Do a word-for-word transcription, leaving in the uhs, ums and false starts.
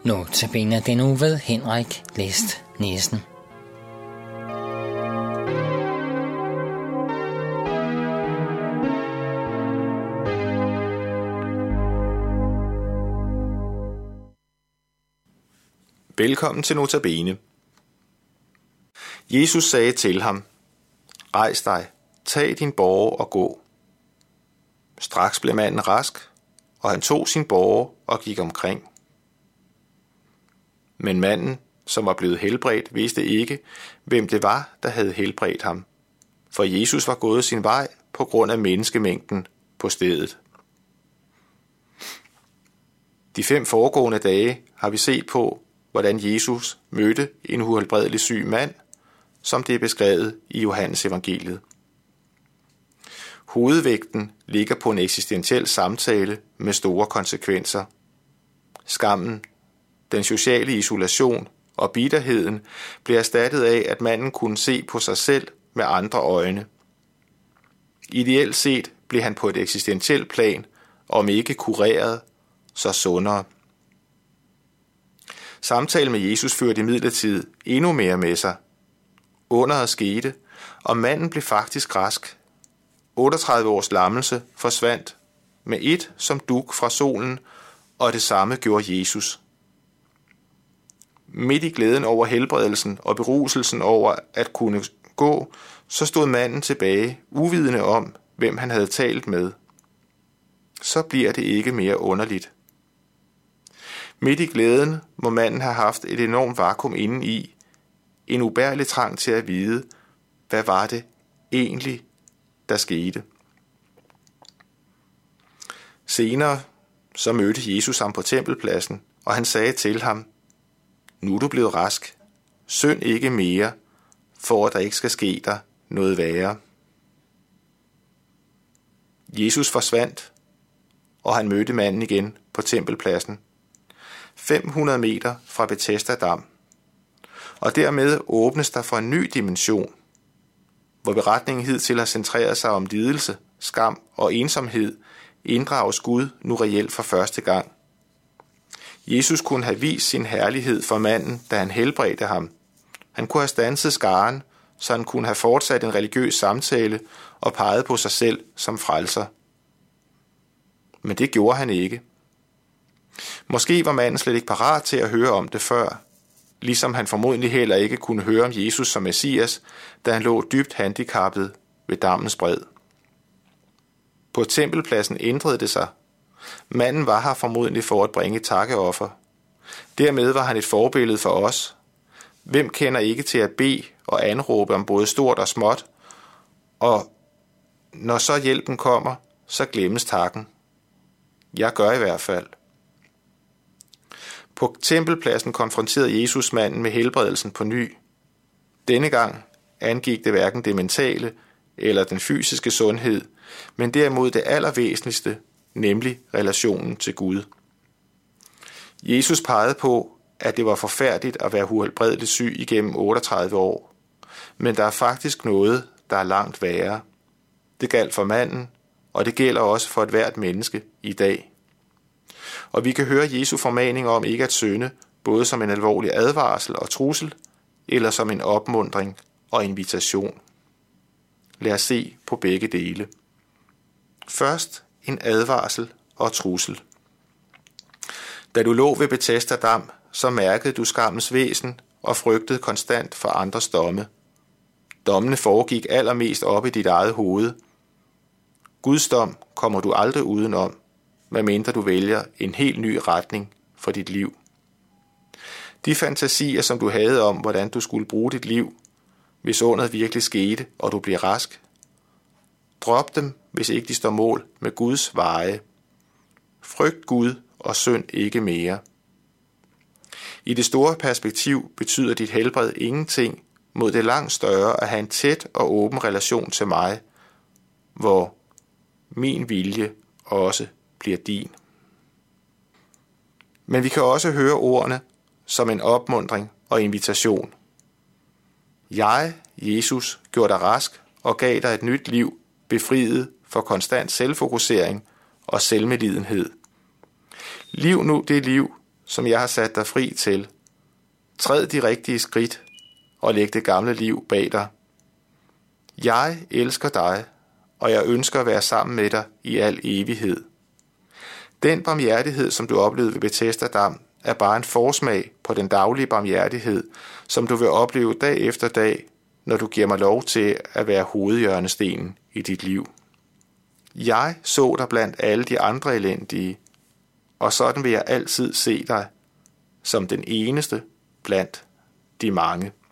Notabene den uge ved Henrik Læst Nielsen. Velkommen til Notabene. Jesus sagde til ham: Rejs dig, tag din båre og gå. Straks blev manden rask, og han tog sin båre og gik omkring. Men manden, som var blevet helbredt, vidste ikke, hvem det var, der havde helbredt ham, for Jesus var gået sin vej på grund af menneskemængden på stedet. De fem foregående dage har vi set på, hvordan Jesus mødte en uhelbredelig syg mand, som det er beskrevet i Johannes evangeliet. Hovedvægten ligger på en eksistentiel samtale med store konsekvenser. Skammen, den sociale isolation og bitterheden blev erstattet af, at manden kunne se på sig selv med andre øjne. Ideelt set blev han på et eksistentielt plan, om ikke kureret, så sundere. Samtalen med Jesus førte imidlertid endnu mere med sig. Underet skete, og manden blev faktisk rask. otteogtredive års lammelse forsvandt med et som dug fra solen, og det samme gjorde Jesus. Midt i glæden over helbredelsen og beruselsen over at kunne gå, så stod manden tilbage, uvidende om, hvem han havde talt med. Så bliver det ikke mere underligt. Midt i glæden må manden have haft et enormt vakuum indeni, en ubærlig trang til at vide, hvad var det egentlig, der skete. Senere så mødte Jesus ham på tempelpladsen, og han sagde til ham: Nu er du blevet rask. Synd ikke mere, for at der ikke skal ske dig noget værre. Jesus forsvandt, og han mødte manden igen på tempelpladsen, fem hundrede meter fra Betesda Dam. Og dermed åbnes der for en ny dimension, hvor beretningen hidtil har centreret sig om lidelse, skam og ensomhed, inddrages Gud nu reelt for første gang. Jesus kunne have vist sin herlighed for manden, da han helbredte ham. Han kunne have standset skaren, så han kunne have fortsat en religiøs samtale og peget på sig selv som frelser. Men det gjorde han ikke. Måske var manden slet ikke parat til at høre om det før, ligesom han formodentlig heller ikke kunne høre om Jesus som Messias, da han lå dybt handicappet ved dammens bred. På tempelpladsen ændrede det sig. Manden var her formodentlig for at bringe takkeoffer. Dermed var han et forbillede for os. Hvem kender ikke til at bede og anråbe om både stort og småt? Og når så hjælpen kommer, så glemmes takken. Jeg gør i hvert fald. På tempelpladsen konfronterede Jesus manden med helbredelsen på ny. Denne gang angik det hverken det mentale eller den fysiske sundhed, men derimod det allervæsentligste, nemlig relationen til Gud. Jesus pegede på, at det var forfærdeligt at være uhelbredeligt syg igennem otteogtredive år, men der er faktisk noget, der er langt værre. Det galt for manden, og det gælder også for ethvert menneske i dag. Og vi kan høre Jesu formaning om ikke at synde, både som en alvorlig advarsel og trussel, eller som en opmuntring og invitation. Lad os se på begge dele. Først en advarsel og trussel. Da du lå ved Betesda Dam, så mærkede du skammens væsen og frygtede konstant for andres domme. Dommene foregik allermest op i dit eget hoved. Guds dom kommer du aldrig udenom, medmindre du vælger en helt ny retning for dit liv. De fantasier, som du havde om, hvordan du skulle bruge dit liv, hvis underet virkelig skete, og du bliver rask, drop dem, hvis ikke de står mål med Guds veje. Frygt Gud og synd ikke mere. I det store perspektiv betyder dit helbred ingenting mod det langt større at have en tæt og åben relation til mig, hvor min vilje også bliver din. Men vi kan også høre ordene som en opmuntring og invitation. Jeg, Jesus, gjorde dig rask og gav dig et nyt liv, befriet for konstant selvfokusering og selvmedlidenhed. Liv nu det liv, som jeg har sat dig fri til. Træd de rigtige skridt og læg det gamle liv bag dig. Jeg elsker dig, og jeg ønsker at være sammen med dig i al evighed. Den barmhjertighed, som du oplevede ved Betesda-Dam, er bare en forsmag på den daglige barmhjertighed, som du vil opleve dag efter dag, når du giver mig lov til at være hovedhjørnestenen i dit liv. Jeg så dig blandt alle de andre elendige, og sådan vil jeg altid se dig som den eneste blandt de mange.